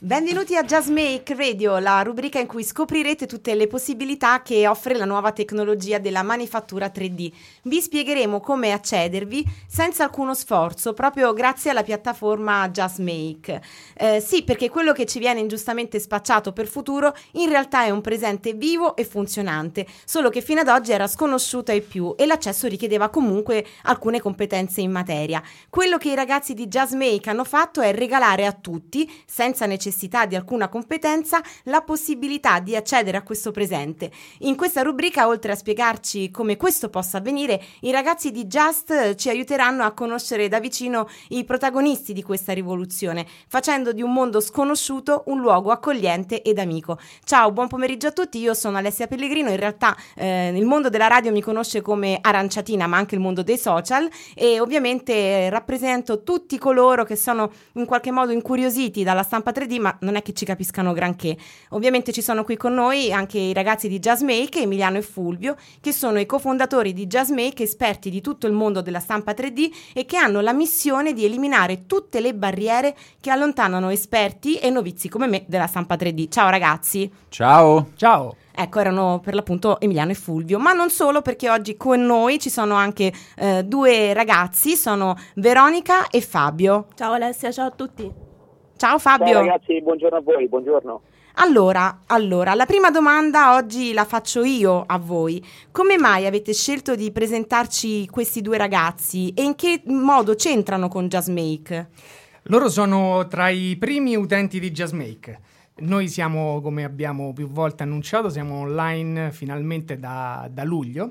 Benvenuti a Just Make Radio, la rubrica in cui scoprirete tutte le possibilità che offre la nuova tecnologia della manifattura 3D. Vi spiegheremo come accedervi senza alcuno sforzo, proprio grazie alla piattaforma Just Make. Sì, perché quello che ci viene ingiustamente spacciato per futuro in realtà è un presente vivo e funzionante, solo che fino ad oggi era sconosciuto ai più e l'accesso richiedeva comunque alcune competenze in materia. Quello che i ragazzi di Just Make hanno fatto è regalare a tutti, senza necessità di alcuna competenza, la possibilità di accedere a questo presente. In questa rubrica, oltre a spiegarci come questo possa avvenire, i ragazzi di Just ci aiuteranno a conoscere da vicino i protagonisti di questa rivoluzione, facendo di un mondo sconosciuto un luogo accogliente ed amico. Ciao, buon pomeriggio a tutti, io sono Alessia Pellegrino, in realtà il mondo della radio mi conosce come Aranciatina, ma anche il mondo dei social, e ovviamente rappresento tutti coloro che sono in qualche modo incuriositi dalla stampa 3D, ma non è che ci capiscano granché. Ovviamente ci sono qui con noi anche i ragazzi di Just Make, Emiliano e Fulvio, che sono i cofondatori di Just Make, esperti di tutto il mondo della stampa 3D e che hanno la missione di eliminare tutte le barriere che allontanano esperti e novizi come me della stampa 3D. Ciao ragazzi. Ciao. Ciao. Ecco, erano per l'appunto Emiliano e Fulvio, ma non solo, perché oggi con noi ci sono anche due ragazzi, sono Veronica e Fabio. Ciao Alessia, ciao a tutti. Ciao Fabio. Ciao ragazzi, buongiorno a voi, buongiorno. Allora, la prima domanda oggi la faccio io a voi. Come mai avete scelto di presentarci questi due ragazzi e in che modo c'entrano con Just Make? Loro sono tra i primi utenti di Just Make. Noi siamo, come abbiamo più volte annunciato, siamo online finalmente da luglio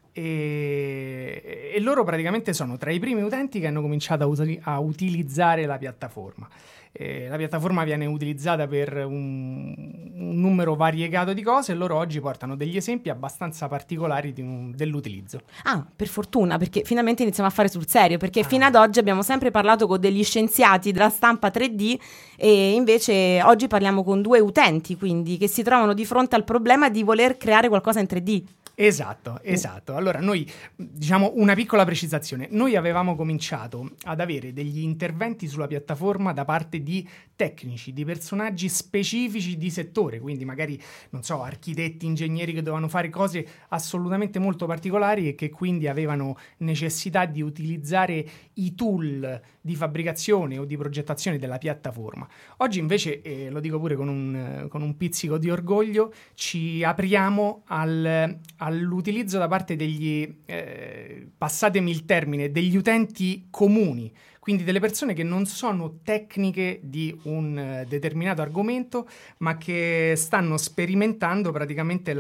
e loro praticamente sono tra i primi utenti che hanno cominciato a utilizzare la piattaforma. La piattaforma viene utilizzata per un numero variegato di cose e loro oggi portano degli esempi abbastanza particolari dell'utilizzo. Ah, per fortuna, perché finalmente iniziamo a fare sul serio, perché fino ad oggi abbiamo sempre parlato con degli scienziati della stampa 3D e invece oggi parliamo con due utenti, quindi, che si trovano di fronte al problema di voler creare qualcosa in 3D. Esatto. Allora noi, diciamo una piccola precisazione, noi avevamo cominciato ad avere degli interventi sulla piattaforma da parte di tecnici, di personaggi specifici di settore, quindi magari, non so, architetti, ingegneri che dovevano fare cose assolutamente molto particolari e che quindi avevano necessità di utilizzare i tool di fabbricazione o di progettazione della piattaforma. Oggi invece, lo dico pure con un pizzico di orgoglio, ci apriamo all'utilizzo da parte degli, passatemi il termine, degli utenti comuni, quindi delle persone che non sono tecniche di un determinato argomento, ma che stanno sperimentando praticamente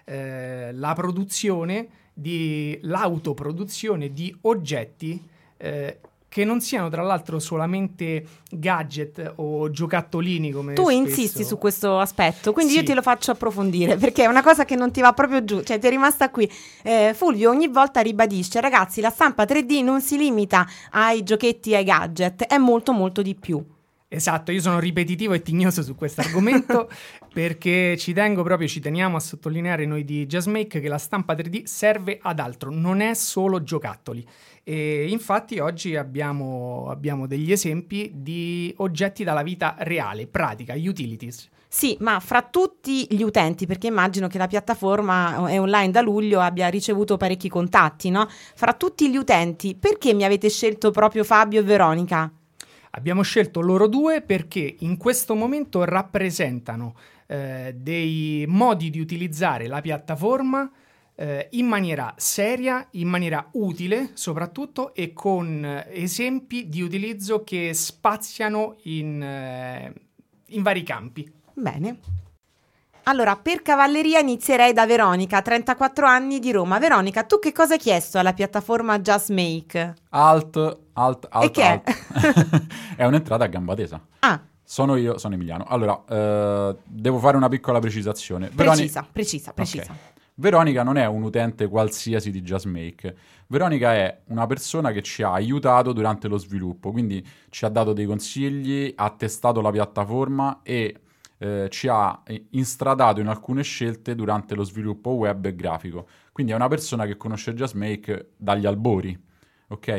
l'autoproduzione di oggetti che non siano tra l'altro solamente gadget o giocattolini come tu spesso. Insisti su questo aspetto, quindi Sì. Io te lo faccio approfondire perché è una cosa che non ti va proprio giù, cioè ti è rimasta qui. Fulvio ogni volta ribadisce: ragazzi, la stampa 3D non si limita ai giochetti e ai gadget, è molto molto di più. Esatto, io sono ripetitivo e tignoso su questo argomento perché ci teniamo a sottolineare noi di Just Make che la stampa 3D serve ad altro, non è solo giocattoli. E infatti oggi abbiamo degli esempi di oggetti dalla vita reale, pratica, utilities. Sì, ma fra tutti gli utenti, perché immagino che la piattaforma è online da luglio, abbia ricevuto parecchi contatti, no? Fra tutti gli utenti, perché mi avete scelto proprio Fabio e Veronica? Abbiamo scelto loro due perché in questo momento rappresentano dei modi di utilizzare la piattaforma in maniera seria, in maniera utile soprattutto e con esempi di utilizzo che spaziano in vari campi. Bene. Allora, per cavalleria inizierei da Veronica, 34 anni di Roma. Veronica, tu che cosa hai chiesto alla piattaforma Just Make? Alt. E che è? È un'entrata a gamba tesa. Ah. Sono Emiliano. Allora, devo fare una piccola precisazione. Precisa. Okay. Veronica non è un utente qualsiasi di Just Make. Veronica è una persona che ci ha aiutato durante lo sviluppo, quindi ci ha dato dei consigli, ha testato la piattaforma e ci ha instradato in alcune scelte durante lo sviluppo web e grafico. Quindi è una persona che conosce Just Make dagli albori, ok?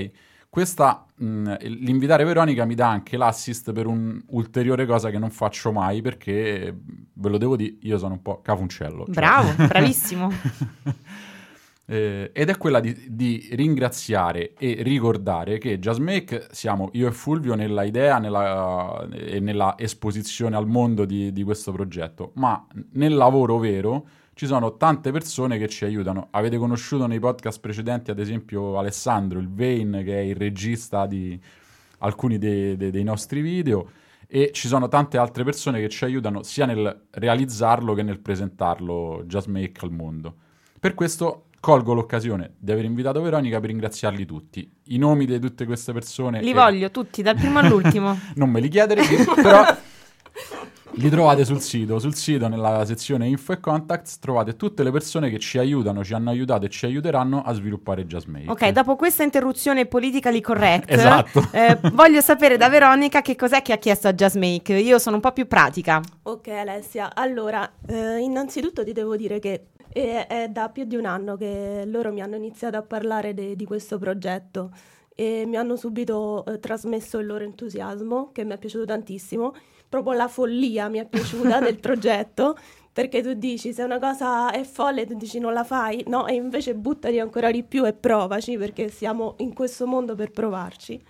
L'invitare Veronica mi dà anche l'assist per un'ulteriore cosa che non faccio mai, perché, ve lo devo dire, io sono un po' cafuncello. Bravo, bravissimo. Ed è quella di ringraziare e ricordare che JustMake siamo io e Fulvio nella idea e nella esposizione al mondo di questo progetto, ma nel lavoro vero ci sono tante persone che ci aiutano. Avete conosciuto nei podcast precedenti, ad esempio, Alessandro, il Vane, che è il regista di alcuni dei nostri video, e ci sono tante altre persone che ci aiutano sia nel realizzarlo che nel presentarlo JustMake al mondo. Per questo colgo l'occasione di aver invitato Veronica per ringraziarli tutti. I nomi di tutte queste persone Li voglio tutti, dal primo all'ultimo. non me li chiedere, però li trovate sul sito nella sezione Info e Contacts trovate tutte le persone che ci aiutano, ci hanno aiutato e ci aiuteranno a sviluppare JustMake. Ok, dopo questa interruzione politically correct, Esatto. Voglio sapere da Veronica che cos'è che ha chiesto a JustMake. Io sono un po' più pratica. Ok Alessia, allora innanzitutto ti devo dire che è da più di un anno che loro mi hanno iniziato a parlare di questo progetto e mi hanno subito trasmesso il loro entusiasmo, che mi è piaciuto tantissimo. Proprio la follia mi è piaciuta del progetto, perché tu dici se una cosa è folle tu dici non la fai, no, e invece buttati ancora di più e provaci, perché siamo in questo mondo per provarci.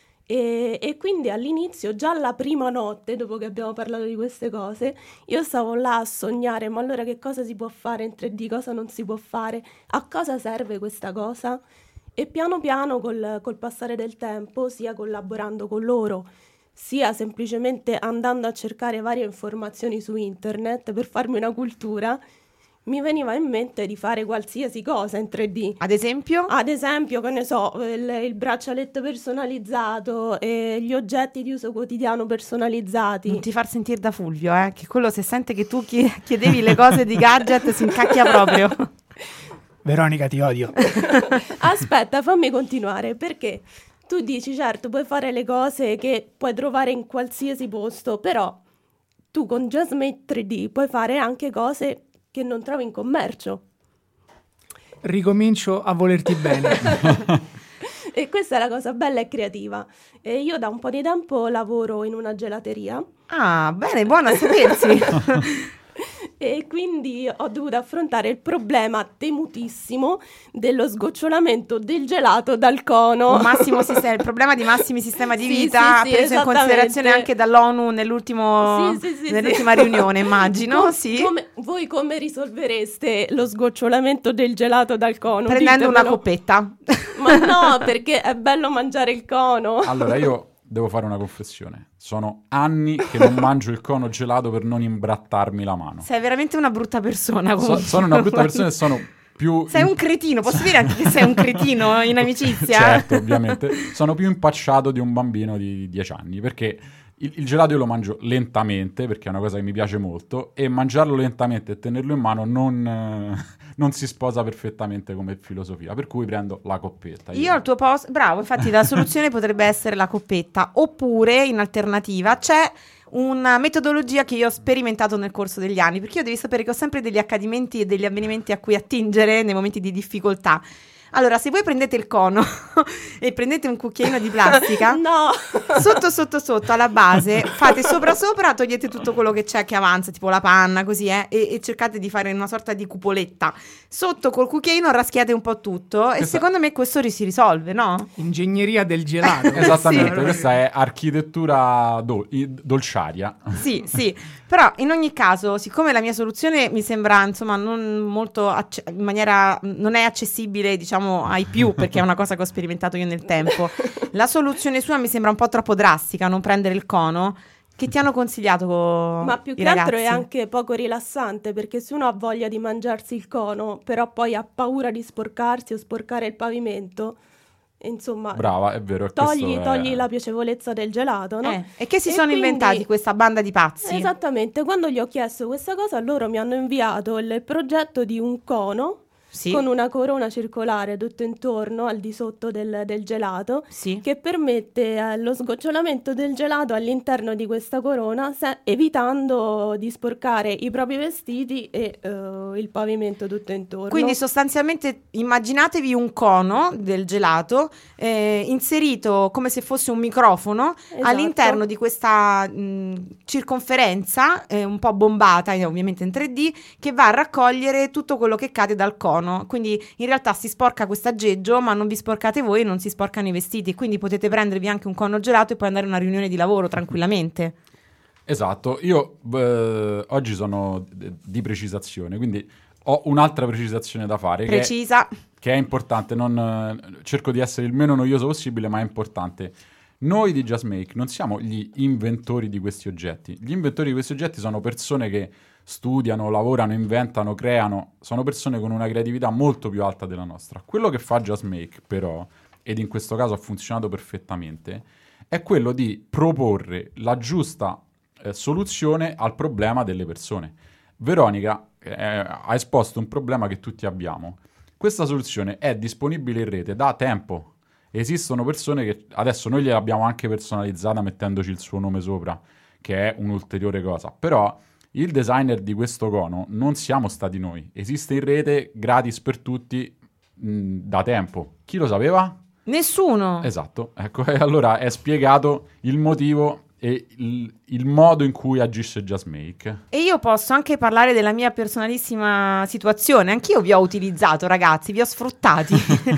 E quindi all'inizio, già la prima notte, dopo che abbiamo parlato di queste cose, io stavo là a sognare, ma allora che cosa si può fare in 3D, cosa non si può fare, a cosa serve questa cosa? E piano piano col passare del tempo, sia collaborando con loro, sia semplicemente andando a cercare varie informazioni su internet per farmi una cultura, mi veniva in mente di fare qualsiasi cosa in 3D. Ad esempio? Ad esempio, che ne so, il braccialetto personalizzato e gli oggetti di uso quotidiano personalizzati. Non ti far sentire da Fulvio, che quello se sente che tu chiedevi le cose di gadget si incacchia proprio. Veronica, ti odio. Aspetta, fammi continuare, perché tu dici, certo, puoi fare le cose che puoi trovare in qualsiasi posto, però tu con JustMake 3D puoi fare anche cose che non trovi in commercio. Ricomincio a volerti bene. E questa è la cosa bella e creativa. E io da un po' di tempo lavoro in una gelateria. Ah, bene, buono a sapersi. E quindi ho dovuto affrontare il problema temutissimo dello sgocciolamento del gelato dal cono. Il problema di massimi sistema di vita, sì, preso in considerazione anche dall'ONU nell'ultima riunione, immagino. Voi come risolvereste lo sgocciolamento del gelato dal cono? Prendendo una coppetta. Ma no, perché è bello mangiare il cono. Allora, io devo fare una confessione. Sono anni che non mangio il cono gelato per non imbrattarmi la mano. Sei veramente una brutta persona. Sono una brutta persona e sono più... Sei un cretino, posso dire anche che sei un cretino in amicizia? Certo, ovviamente. Sono più impacciato di un bambino di 10 anni, perché il gelato io lo mangio lentamente, perché è una cosa che mi piace molto, e mangiarlo lentamente e tenerlo in mano non si sposa perfettamente come filosofia, per cui prendo la coppetta. Io al tuo posto, bravo, infatti la soluzione potrebbe essere la coppetta, oppure in alternativa c'è una metodologia che io ho sperimentato nel corso degli anni, perché io devi sapere che ho sempre degli accadimenti e degli avvenimenti a cui attingere nei momenti di difficoltà. Allora, se voi prendete il cono e prendete un cucchiaino di plastica, no, sotto alla base fate sopra, togliete tutto quello che c'è che avanza, tipo la panna, così, e cercate di fare una sorta di cupoletta. Sotto col cucchiaino raschiate un po' tutto e secondo me questo si risolve, no? Ingegneria del gelato. Esattamente, Sì. Questa è architettura dolciaria. Sì, però in ogni caso, siccome la mia soluzione mi sembra, insomma, non molto in maniera non è accessibile, diciamo, ai più, perché è una cosa che ho sperimentato io nel tempo. La soluzione sua mi sembra un po' troppo drastica, non prendere il cono. Che ti hanno consigliato ma più i che ragazzi? altro è anche poco rilassante, perché se uno ha voglia di mangiarsi il cono, però poi ha paura di sporcarsi o sporcare il pavimento, insomma, Brava, è vero. togli la piacevolezza del gelato, no? E che si sono quindi inventati questa banda di pazzi? Esattamente, quando gli ho chiesto questa cosa, loro mi hanno inviato il progetto di un cono Sì. con una corona circolare tutto intorno al di sotto del gelato, Sì. che permette lo sgocciolamento del gelato all'interno di questa corona, evitando di sporcare i propri vestiti e il pavimento tutto intorno. Quindi sostanzialmente immaginatevi un cono del gelato inserito come se fosse un microfono all'interno di questa circonferenza un po' bombata, ovviamente in 3D, che va a raccogliere tutto quello che cade dal cono. Quindi in realtà si sporca questo aggeggio, ma non vi sporcate voi e non si sporcano i vestiti. Quindi potete prendervi anche un cono gelato e poi andare a una riunione di lavoro tranquillamente. Esatto, io oggi sono di precisazione, quindi ho un'altra precisazione da fare. Precisa. Che è importante, cerco di essere il meno noioso possibile, ma è importante. Noi di Just Make non siamo gli inventori di questi oggetti. Gli inventori di questi oggetti sono persone che studiano, lavorano, inventano, creano. Sono persone con una creatività molto più alta della nostra. Quello che fa Just Make, però, ed in questo caso ha funzionato perfettamente, è quello di proporre la giusta soluzione al problema delle persone. Veronica ha esposto un problema che tutti abbiamo. Questa soluzione è disponibile in rete da tempo. Esistono persone che adesso noi gliel'abbiamo anche personalizzata mettendoci il suo nome sopra, che è un'ulteriore cosa. Però il designer di questo cono non siamo stati noi. Esiste in rete gratis per tutti da tempo. Chi lo sapeva? Nessuno. Esatto. Ecco, e allora è spiegato il motivo e il modo in cui agisce Just Make. E io posso anche parlare della mia personalissima situazione. Anch'io vi ho utilizzato, ragazzi, vi ho sfruttati.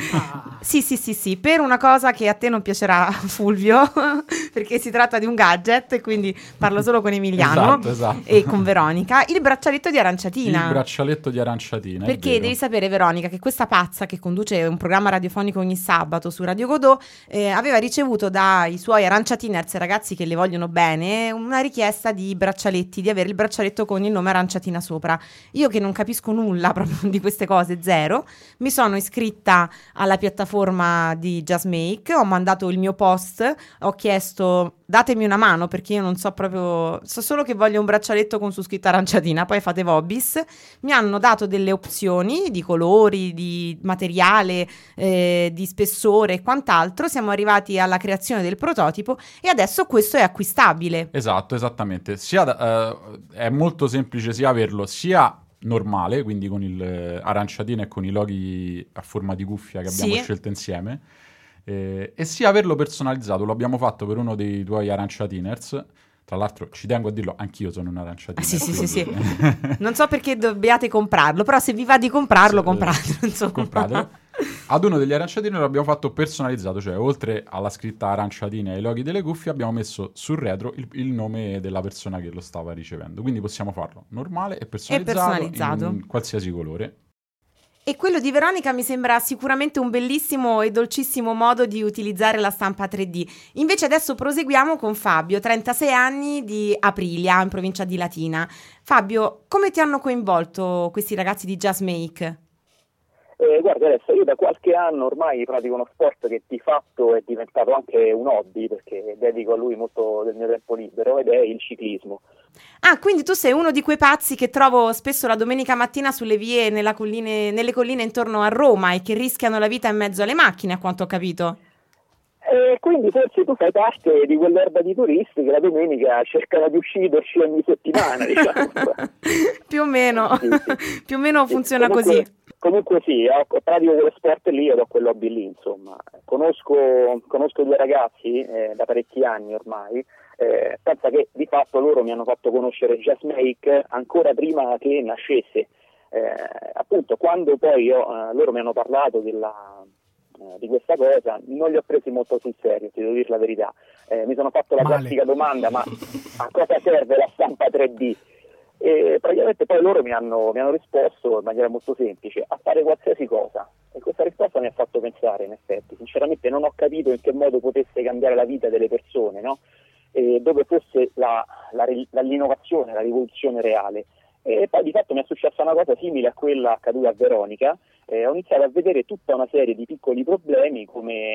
Sì, per una cosa che a te non piacerà, Fulvio, perché si tratta di un gadget e quindi parlo solo con Emiliano esatto. e con Veronica. Il braccialetto di aranciatina. Il braccialetto di aranciatina. Perché devi sapere, Veronica, che questa pazza che conduce un programma radiofonico ogni sabato su Radio Godot aveva ricevuto dai suoi aranciatiners, ragazzi che le vogliono bene, una richiesta di braccialetti, di avere il braccialetto con il nome aranciatina sopra. Io che non capisco nulla proprio di queste cose, zero, mi sono iscritta alla piattaforma di Just Make, ho mandato il mio post, ho chiesto datemi una mano perché io non so proprio, so solo che voglio un braccialetto con su scritto aranciatina, poi fate vobis. Mi hanno dato delle opzioni di colori, di materiale, di spessore e quant'altro. Siamo arrivati alla creazione del prototipo e adesso questo è acquistabile. Esatto, esattamente. È molto semplice sia averlo sia normale, quindi con il aranciatina e con i loghi a forma di cuffia che abbiamo scelto insieme, e sia averlo personalizzato. Lo abbiamo fatto per uno dei tuoi aranciatiners. Tra l'altro ci tengo a dirlo, anch'io sono un aranciatiner. Sì. Non so perché dobbiate comprarlo, però se vi va di comprarlo, compratelo, insomma. Compratelo. Ad uno degli aranciatini l'abbiamo fatto personalizzato, cioè oltre alla scritta aranciatina e ai loghi delle cuffie abbiamo messo sul retro il nome della persona che lo stava ricevendo. Quindi possiamo farlo normale e personalizzato. In qualsiasi colore. E quello di Veronica mi sembra sicuramente un bellissimo e dolcissimo modo di utilizzare la stampa 3D. Invece adesso proseguiamo con Fabio, 36 anni, di Aprilia, in provincia di Latina. Fabio, come ti hanno coinvolto questi ragazzi di Just Make? Guarda, adesso io da qualche anno ormai pratico uno sport che di fatto è diventato anche un hobby, perché dedico a lui molto del mio tempo libero, ed è il ciclismo. Ah, quindi tu sei uno di quei pazzi che trovo spesso la domenica mattina sulle vie nelle colline intorno a Roma e che rischiano la vita in mezzo alle macchine, a quanto ho capito. Quindi forse tu fai parte di quell'erba di turisti che la domenica cercano di uscirci ogni settimana, diciamo. Più o meno, sì. Più o meno funziona così. Comunque sì, pratico quello sport lì ed ho quello hobby lì, insomma. Conosco due ragazzi da parecchi anni ormai, pensa che di fatto loro mi hanno fatto conoscere Just Make ancora prima che nascesse. Appunto, quando poi loro mi hanno parlato di questa cosa, non li ho presi molto sul serio, ti devo dire la verità. Mi sono fatto la classica domanda: ma a cosa serve la stampa 3D? E praticamente poi loro mi hanno risposto in maniera molto semplice: a fare qualsiasi cosa. E questa risposta mi ha fatto pensare, in effetti. Sinceramente non ho capito in che modo potesse cambiare la vita delle persone, no? E dove fosse l'innovazione, la rivoluzione reale. E poi di fatto mi è successa una cosa simile a quella accaduta a Veronica. Ho iniziato a vedere tutta una serie di piccoli problemi come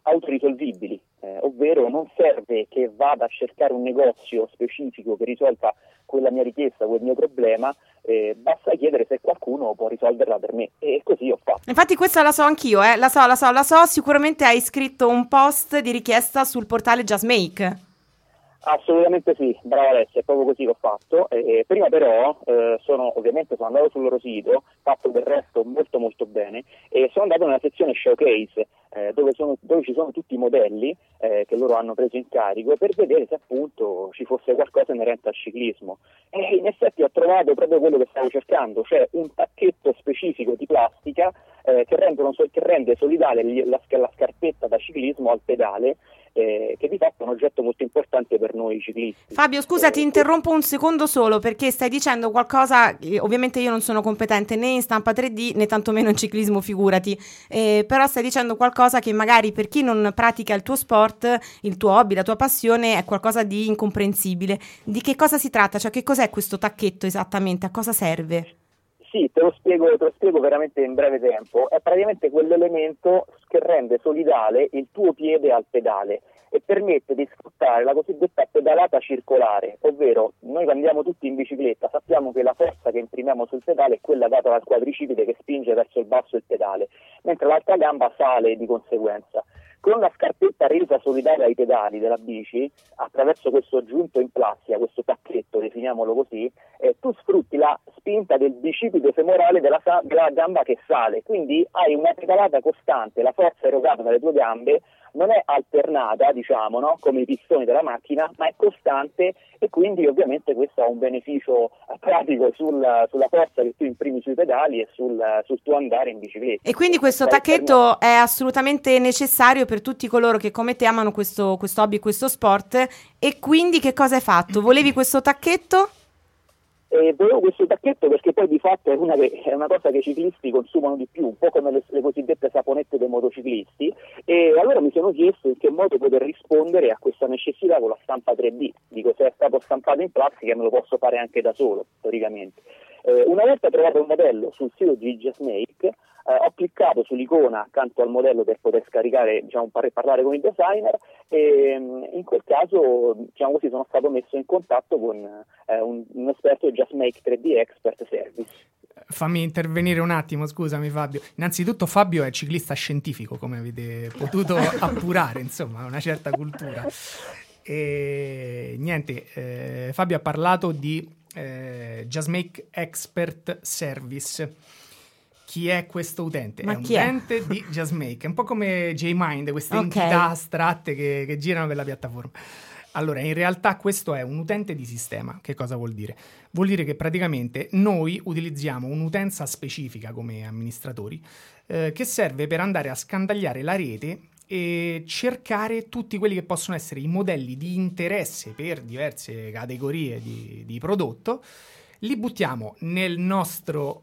autorisolvibili, ovvero non serve che vada a cercare un negozio specifico che risolva quella mia richiesta, quel mio problema, basta chiedere se qualcuno può risolverla per me, e così ho fatto. Infatti questa la so anch'io, la so, sicuramente hai scritto un post di richiesta sul portale JustMake. Assolutamente sì, brava Alessia, è proprio così che ho fatto. Prima però sono andato sul loro sito, fatto del resto molto molto bene, e sono andato nella sezione showcase dove ci sono tutti i modelli che loro hanno preso in carico, per vedere se appunto ci fosse qualcosa inerente al ciclismo, e in effetti ho trovato proprio quello che stavo cercando, cioè un pacchetto specifico di plastica che rende solidale la scarpetta da ciclismo al pedale, che di fatto è un oggetto molto importante per noi ciclisti. Fabio, scusa, ti interrompo un secondo solo, perché stai dicendo qualcosa, ovviamente io non sono competente né in stampa 3D né tantomeno in ciclismo, figurati, però stai dicendo qualcosa che magari per chi non pratica il tuo sport, il tuo hobby, la tua passione, è qualcosa di incomprensibile. Di che cosa si tratta? Cioè, che cos'è questo tacchetto esattamente? A cosa serve? Sì, te lo spiego veramente in breve tempo. È praticamente quell'elemento che rende solidale il tuo piede al pedale e permette di sfruttare la cosiddetta pedalata circolare, ovvero noi che andiamo tutti in bicicletta sappiamo che la forza che imprimiamo sul pedale è quella data dal quadricipite che spinge verso il basso il pedale, mentre l'altra gamba sale di conseguenza. Con la scarpetta resa solidale ai pedali della bici, attraverso questo aggiunto in plastica, questo pacchetto, definiamolo così, tu sfrutti la spinta del bicipite femorale della gamba che sale, quindi hai una pedalata costante, la forza erogata dalle tue gambe non è alternata, diciamo, no? Come i pistoni della macchina, ma è costante, e quindi ovviamente questo ha un beneficio pratico sulla forza che tu imprimi sui pedali e sul tuo andare in bicicletta. E quindi questo tacchetto è assolutamente necessario per tutti coloro che come te amano questo hobby, questo sport. E quindi che cosa hai fatto? Volevi questo tacchetto? Volevo questo tacchetto perché poi di fatto è una cosa che i ciclisti consumano di più, un po' come le cosiddette saponette dei motociclisti, e allora mi sono chiesto in che modo poter rispondere a questa necessità con la stampa 3D. Dico, se è stato stampato in plastica me lo posso fare anche da solo, teoricamente. Una volta trovato il modello sul sito di JustMake, ho cliccato sull'icona accanto al modello per poter scaricare, diciamo, parlare con il designer, e in quel caso, diciamo così, sono stato messo in contatto con un esperto di JustMake 3D Expert Service. Fammi intervenire un attimo, scusami Fabio. Innanzitutto Fabio è ciclista scientifico, come avete potuto appurare, insomma, una certa cultura. E niente, Fabio ha parlato di JustMake Expert Service. Chi è questo utente? Ma è un chi è? utente di JustMake, è un po' come JMind, queste entità astratte che girano per la piattaforma. Allora, in realtà questo è un utente di sistema. Che cosa vuol dire? Vuol dire che praticamente noi utilizziamo un'utenza specifica come amministratori che serve per andare a scandagliare la rete e cercare tutti quelli che possono essere i modelli di interesse per diverse categorie di prodotto. Li buttiamo nel nostro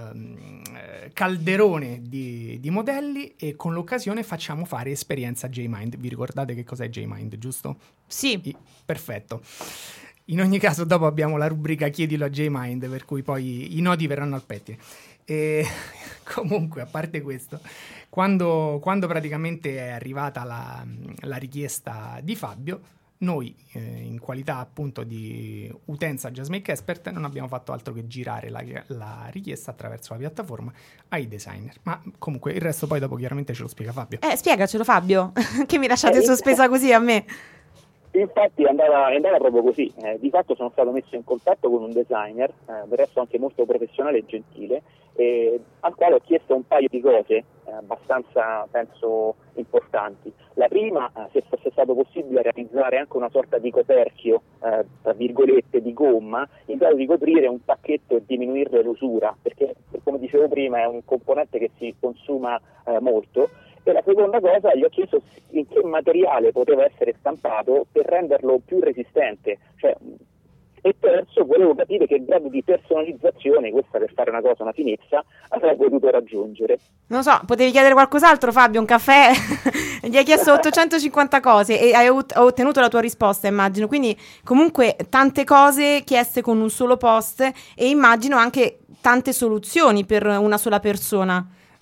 calderone di modelli e con l'occasione facciamo fare esperienza JMind. Vi ricordate che cos'è JMind, giusto? Sì. Perfetto. In ogni caso dopo abbiamo la rubrica Chiedilo a JMind, per cui poi i nodi verranno al pettine. E comunque, a parte questo, quando praticamente è arrivata la richiesta di Fabio, noi in qualità appunto di utenza JustMake Expert non abbiamo fatto altro che girare la richiesta attraverso la piattaforma ai designer. Ma comunque il resto poi dopo chiaramente ce lo spiega Fabio. Spiegacelo Fabio, che mi lasciate sospesa così a me. Infatti è andata proprio così. Di fatto sono stato messo in contatto con un designer, del resto anche molto professionale e gentile, al quale ho chiesto un paio di cose abbastanza, penso, importanti. La prima, se fosse stato possibile realizzare anche una sorta di coperchio, tra virgolette, di gomma, in grado di coprire un pacchetto e diminuirne l'usura, perché, come dicevo prima, è un componente che si consuma molto. E la seconda cosa, gli ho chiesto in che materiale poteva essere stampato per renderlo più resistente. E terzo, volevo capire che grado di personalizzazione, questa per fare una finezza, avrei potuto raggiungere. Non so, potevi chiedere qualcos'altro, Fabio, un caffè? Gli hai chiesto 850 cose e hai ottenuto la tua risposta, immagino. Quindi comunque tante cose chieste con un solo post, e immagino anche tante soluzioni per una sola persona.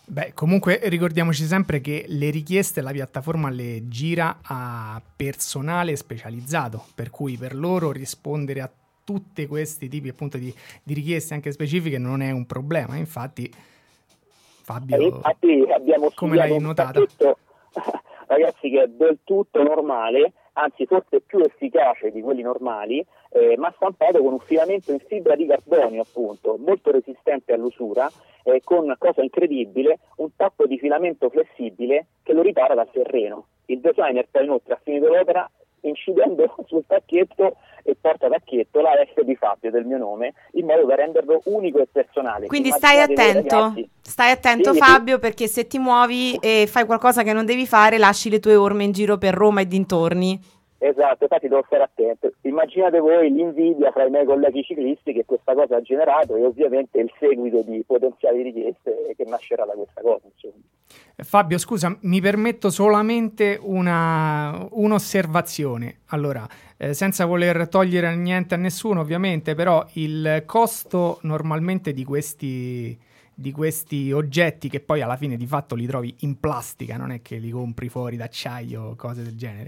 Beh, comunque ricordiamoci sempre che le richieste la piattaforma le gira a personale specializzato, per cui per loro rispondere a tutti questi tipi appunto di richieste anche specifiche non è un problema. Infatti, Fabio, abbiamo come l'hai notata? Ragazzi, che è del tutto normale, anzi forse più efficace di quelli normali, ma stampato con un filamento in fibra di carbonio, appunto, molto resistente all'usura, con, cosa incredibile, un tappo di filamento flessibile che lo ripara dal terreno. Il designer poi inoltre ha finito l'opera incidendo sul tacchetto e porta tacchetto la F di Fabio, del mio nome, in modo da renderlo unico e personale. Quindi stai attento Sì, Fabio, perché se ti muovi e fai qualcosa che non devi fare, lasci le tue orme in giro per Roma e dintorni. Esatto, infatti devo stare attento. Immaginate voi l'invidia fra i miei colleghi ciclisti che questa cosa ha generato, e ovviamente il seguito di potenziali richieste che nascerà da questa cosa, insomma. Fabio, scusa, mi permetto solamente un'osservazione. Allora, senza voler togliere niente a nessuno, ovviamente, però il costo normalmente di questi oggetti, che poi alla fine di fatto li trovi in plastica, non è che li compri fuori d'acciaio o cose del genere,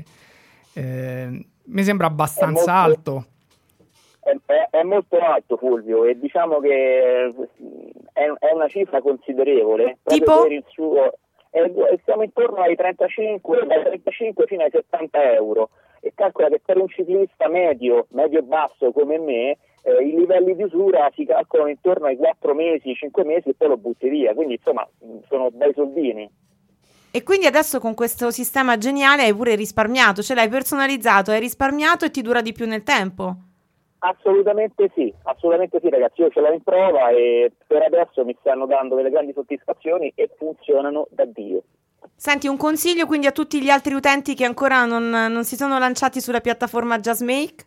mi sembra abbastanza alto. È molto alto, Fulvio, e diciamo che è una cifra considerevole. Tipo? Per il suo, siamo intorno ai 35 fino ai 70 euro. E calcola che per un ciclista medio basso come me, i livelli di usura si calcolano intorno ai 4 mesi, 5 mesi, e poi lo butti via. Quindi insomma sono bei soldini. E quindi adesso con questo sistema geniale hai pure risparmiato, ce l'hai personalizzato, hai risparmiato e ti dura di più nel tempo? Assolutamente sì, ragazzi, io ce l'ho in prova e per adesso mi stanno dando delle grandi soddisfazioni e funzionano da Dio. Senti, un consiglio quindi a tutti gli altri utenti che ancora non si sono lanciati sulla piattaforma JustMake?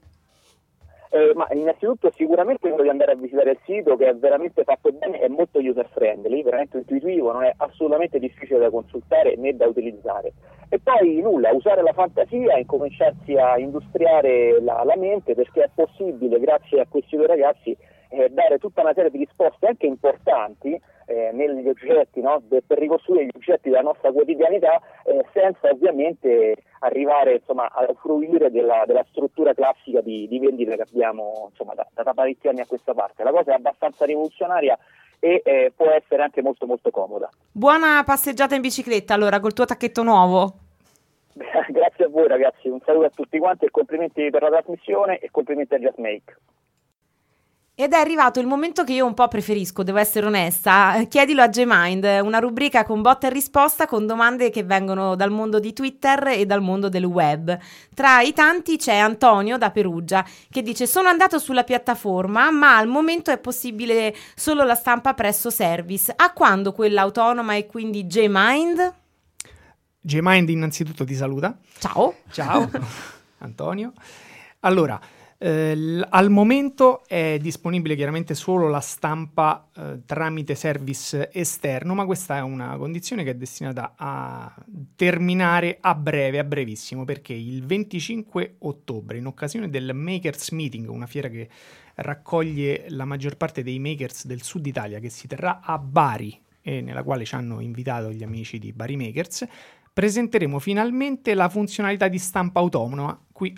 Ma innanzitutto sicuramente quello di andare a visitare il sito, che è veramente fatto bene, è molto user friendly, veramente intuitivo, non è assolutamente difficile da consultare né da utilizzare. E poi nulla, usare la fantasia e incominciarsi a industriare la mente, perché è possibile, grazie a questi due ragazzi, dare tutta una serie di risposte anche importanti negli oggetti, no? Per ricostruire gli oggetti della nostra quotidianità, senza ovviamente arrivare insomma a fruire della struttura classica di vendita che abbiamo insomma da parecchi anni a questa parte. La cosa è abbastanza rivoluzionaria e può essere anche molto molto comoda. Buona passeggiata in bicicletta allora col tuo tacchetto nuovo. Grazie a voi ragazzi, un saluto a tutti quanti e complimenti per la trasmissione e complimenti a JustMake. Ed è arrivato il momento che io un po' preferisco, devo essere onesta. Chiedilo a Gmind, una rubrica con botta e risposta con domande che vengono dal mondo di Twitter e dal mondo del web. Tra i tanti c'è Antonio da Perugia che dice: sono andato sulla piattaforma ma al momento è possibile solo la stampa presso service. A quando quella autonoma e quindi Gmind? Gmind innanzitutto ti saluta. Ciao. Antonio. Allora, al momento è disponibile chiaramente solo la stampa tramite service esterno, ma questa è una condizione che è destinata a terminare a brevissimo, perché il 25 ottobre, in occasione del Makers Meeting, una fiera che raccoglie la maggior parte dei makers del sud Italia, che si terrà a Bari e nella quale ci hanno invitato gli amici di Bari Makers, presenteremo finalmente la funzionalità di stampa autonoma,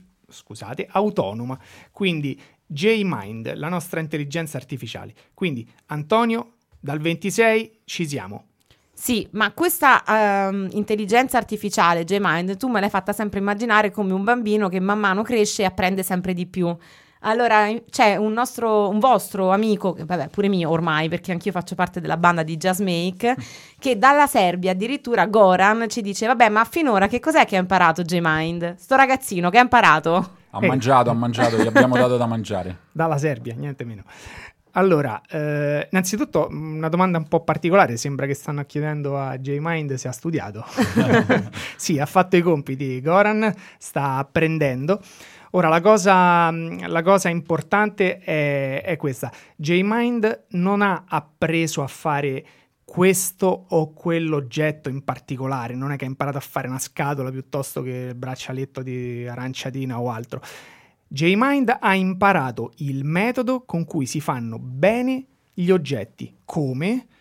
quindi Gmind, la nostra intelligenza artificiale. Quindi Antonio, dal 26 ci siamo. Sì, ma questa intelligenza artificiale, Gmind, tu me l'hai fatta sempre immaginare come un bambino che man mano cresce e apprende sempre di più. Allora c'è un vostro amico, vabbè pure mio ormai, perché anch'io faccio parte della banda di JustMake, che dalla Serbia addirittura, Goran, ci dice: vabbè, ma finora che cos'è che ha imparato Gmind? Sto ragazzino che ha imparato? Ha mangiato, gli abbiamo dato da mangiare. Dalla Serbia, niente meno. Allora, innanzitutto una domanda un po' particolare, sembra che stanno chiedendo a Gmind se ha studiato. Sì, ha fatto i compiti, Goran sta apprendendo. Ora, la cosa importante è questa. Gmind non ha appreso a fare questo o quell'oggetto in particolare, non è che ha imparato a fare una scatola piuttosto che il braccialetto di aranciatina o altro. Gmind ha imparato il metodo con cui si fanno bene gli oggetti, come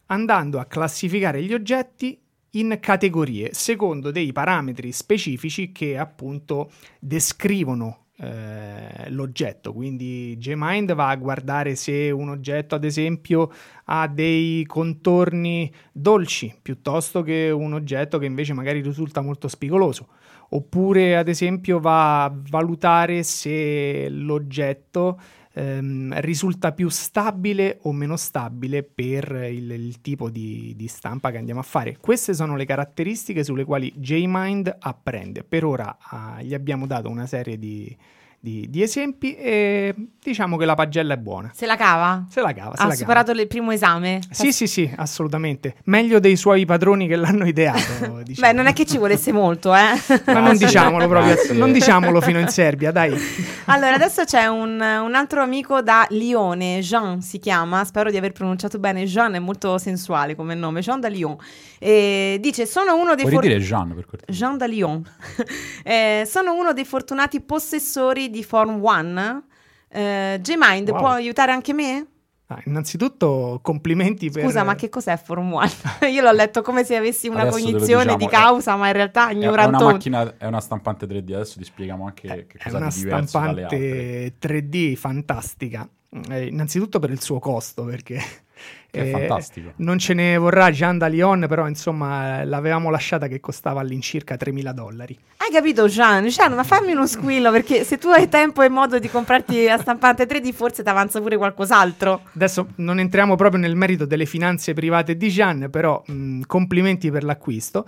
andando a classificare gli oggetti in categorie secondo dei parametri specifici che appunto descrivono l'oggetto. Quindi JMind va a guardare se un oggetto ad esempio ha dei contorni dolci piuttosto che un oggetto che invece magari risulta molto spigoloso, oppure ad esempio va a valutare se l'oggetto risulta più stabile o meno stabile per il tipo di stampa che andiamo a fare. Queste sono le caratteristiche sulle quali JMind apprende. Per ora gli abbiamo dato una serie di esempi e diciamo che la pagella è buona. Se la cava? Se la cava. Ha superato il primo esame? Sì, assolutamente. Meglio dei suoi padroni che l'hanno ideato. Diciamo. Beh, non è che ci volesse molto, Ma non diciamolo proprio, non diciamolo fino in Serbia, dai. Allora, adesso c'è un altro amico da Lione, Jean si chiama, spero di aver pronunciato bene. Jean è molto sensuale come nome, Jean da Lyon. Dice, sono uno dei Puoi dire Jean per cortesia? Jean da Lyon. Sono uno dei fortunati possessori di Form 1. JMind può aiutare anche me? Innanzitutto complimenti per... Scusa, ma che cos'è Form 1? Io l'ho letto come se avessi una Adesso cognizione di causa, ma in realtà ignorantone. È una stampante 3D, adesso ti spieghiamo anche che cosa è di diverso dalle altre. È una stampante 3D fantastica, innanzitutto per il suo costo, perché... È fantastico. Non ce ne vorrà Jean da Lyon, però insomma l'avevamo lasciata che costava all'incirca $3.000. Hai capito Jean, ma fammi uno squillo, perché se tu hai tempo e modo di comprarti la stampante 3D forse ti avanza pure qualcos'altro. Adesso non entriamo proprio nel merito delle finanze private di Jean, però complimenti per l'acquisto.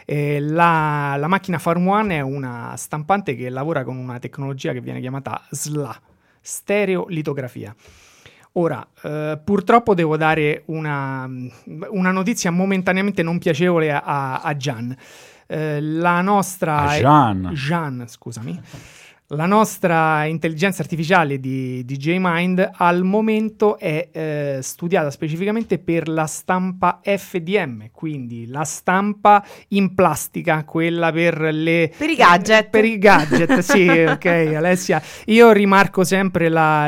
La macchina Form 1 è una stampante che lavora con una tecnologia che viene chiamata SLA, stereolitografia. Ora, purtroppo devo dare una notizia momentaneamente non piacevole a Gian. La nostra... Gian, scusami. La nostra intelligenza artificiale di JMind al momento è studiata specificamente per la stampa FDM, quindi la stampa in plastica, quella per i gadget. Per i gadget, sì, ok, Alessia. Io rimarco sempre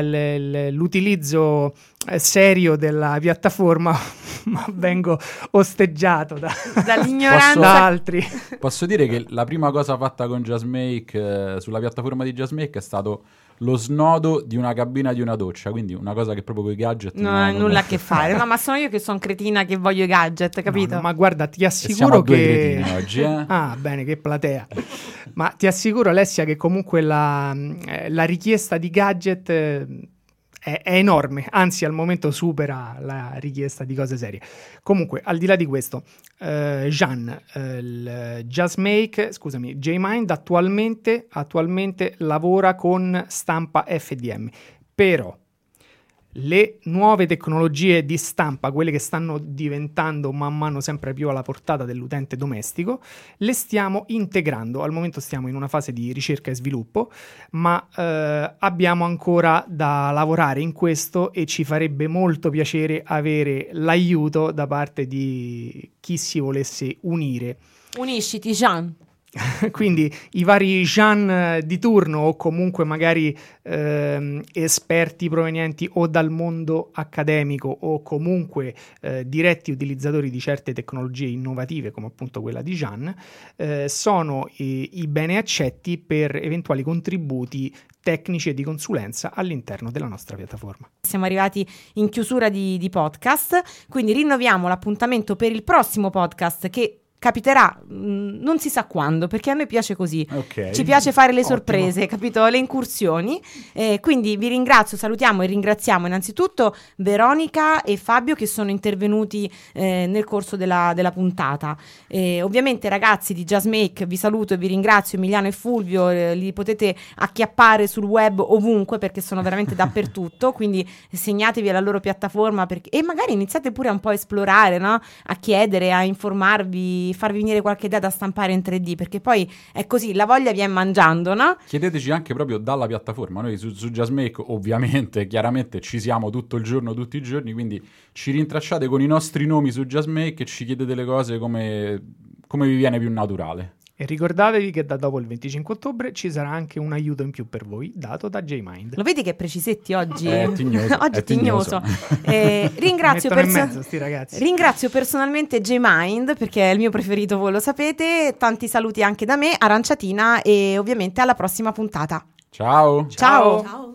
l'utilizzo serio della piattaforma, ma vengo osteggiato dall'ignoranza da altri. Posso dire che la prima cosa fatta con JustMake sulla piattaforma di JustMake è stato lo snodo di una cabina di una doccia, quindi una cosa che proprio con i gadget non ha nulla a che fare. No, ma sono io che sono cretina che voglio i gadget, capito? No, ma guarda, ti assicuro che oggi, ah, bene, che platea. Ma ti assicuro, Alessia, che comunque la richiesta di gadget è enorme, anzi al momento supera la richiesta di cose serie. Comunque, al di là di questo, JMind attualmente lavora con stampa FDM, però le nuove tecnologie di stampa, quelle che stanno diventando man mano sempre più alla portata dell'utente domestico, le stiamo integrando. Al momento stiamo in una fase di ricerca e sviluppo, ma abbiamo ancora da lavorare in questo e ci farebbe molto piacere avere l'aiuto da parte di chi si volesse unire. Unisciti, Jean. Quindi i vari Jean di turno o comunque magari esperti provenienti o dal mondo accademico o comunque diretti utilizzatori di certe tecnologie innovative come appunto quella di Jean sono i bene accetti per eventuali contributi tecnici e di consulenza all'interno della nostra piattaforma. Siamo arrivati in chiusura di podcast, quindi rinnoviamo l'appuntamento per il prossimo podcast che capiterà non si sa quando, perché a noi piace così. Okay. Ci piace fare le sorprese, capito? Le incursioni. Quindi vi ringrazio, salutiamo e ringraziamo innanzitutto Veronica e Fabio che sono intervenuti nel corso della puntata. Ovviamente ragazzi di JustMake vi saluto e vi ringrazio, Emiliano e Fulvio, li potete acchiappare sul web ovunque perché sono veramente dappertutto, quindi segnatevi alla loro piattaforma e magari iniziate pure un po' a esplorare, no? A chiedere, a informarvi, farvi venire qualche idea da stampare in 3D, perché poi è così, la voglia viene mangiando, no? Chiedeteci anche proprio dalla piattaforma. Noi su JustMake ovviamente, chiaramente ci siamo tutto il giorno, tutti i giorni, quindi ci rintracciate con i nostri nomi su JustMake e ci chiedete le cose come vi viene più naturale. E ricordatevi che da dopo il 25 ottobre ci sarà anche un aiuto in più per voi dato da J-Mind. Lo vedi che precisetti oggi? È tignoso. Oggi è tignoso. Ringrazio personalmente J-Mind perché è il mio preferito, voi lo sapete. Tanti saluti anche da me, Aranciatina, e ovviamente alla prossima puntata. Ciao. Ciao. Ciao.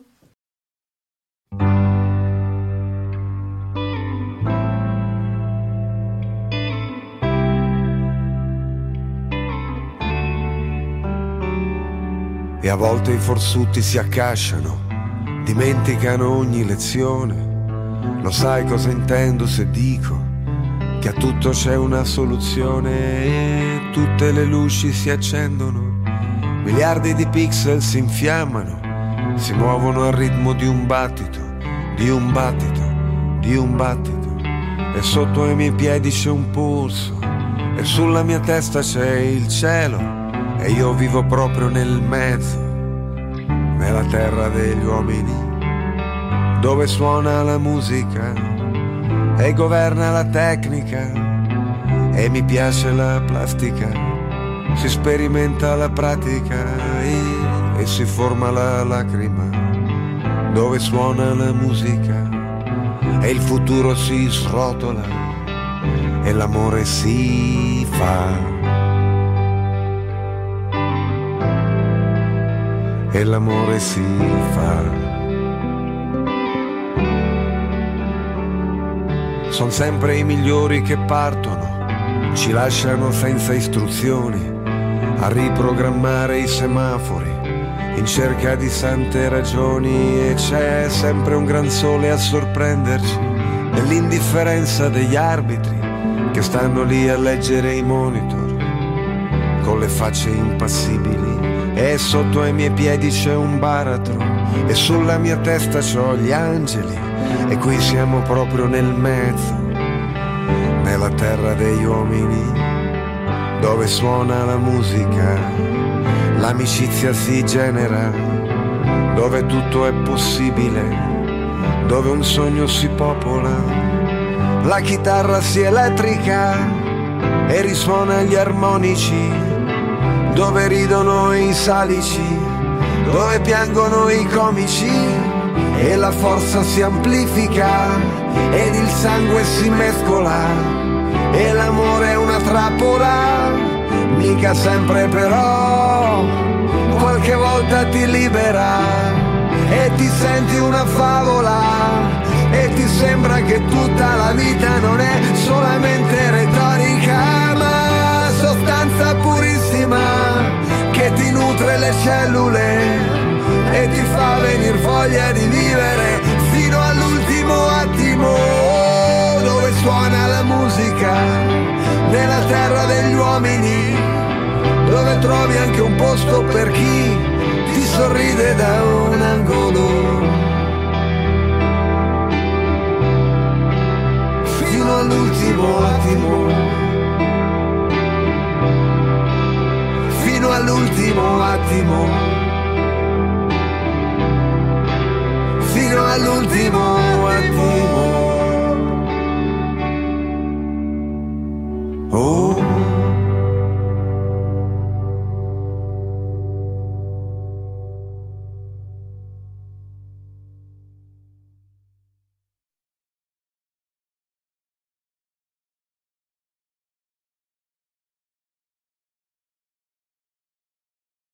E a volte i forzuti si accasciano, dimenticano ogni lezione. Lo sai cosa intendo se dico che a tutto c'è una soluzione e tutte le luci si accendono, miliardi di pixel si infiammano, si muovono al ritmo di un battito, di un battito, di un battito. E sotto ai miei piedi c'è un polso e sulla mia testa c'è il cielo. E io vivo proprio nel mezzo, nella terra degli uomini, dove suona la musica e governa la tecnica e mi piace la plastica, si sperimenta la pratica e si forma la lacrima, dove suona la musica e il futuro si srotola e l'amore si fa. E l'amore si fa. Son sempre i migliori che partono, ci lasciano senza istruzioni a riprogrammare i semafori in cerca di sante ragioni. E c'è sempre un gran sole a sorprenderci nell'indifferenza degli arbitri che stanno lì a leggere i monitor con le facce impassibili. E sotto ai miei piedi c'è un baratro e sulla mia testa c'ho gli angeli. E qui siamo proprio nel mezzo, nella terra degli uomini, dove suona la musica, l'amicizia si genera, dove tutto è possibile, dove un sogno si popola, la chitarra si elettrica e risuona gli armonici, dove ridono i salici, dove piangono i comici e la forza si amplifica ed il sangue si mescola e l'amore è una trappola, mica sempre però qualche volta ti libera e ti senti una favola e ti sembra che tutta la vita non è solamente retorica ma sostanza purissima che ti nutre le cellule e ti fa venir voglia di vivere fino all'ultimo attimo, dove suona la musica nella terra degli uomini, dove trovi anche un posto per chi ti sorride da un angolo, fino all'ultimo attimo, fino all'ultimo attimo, fino all'ultimo attimo.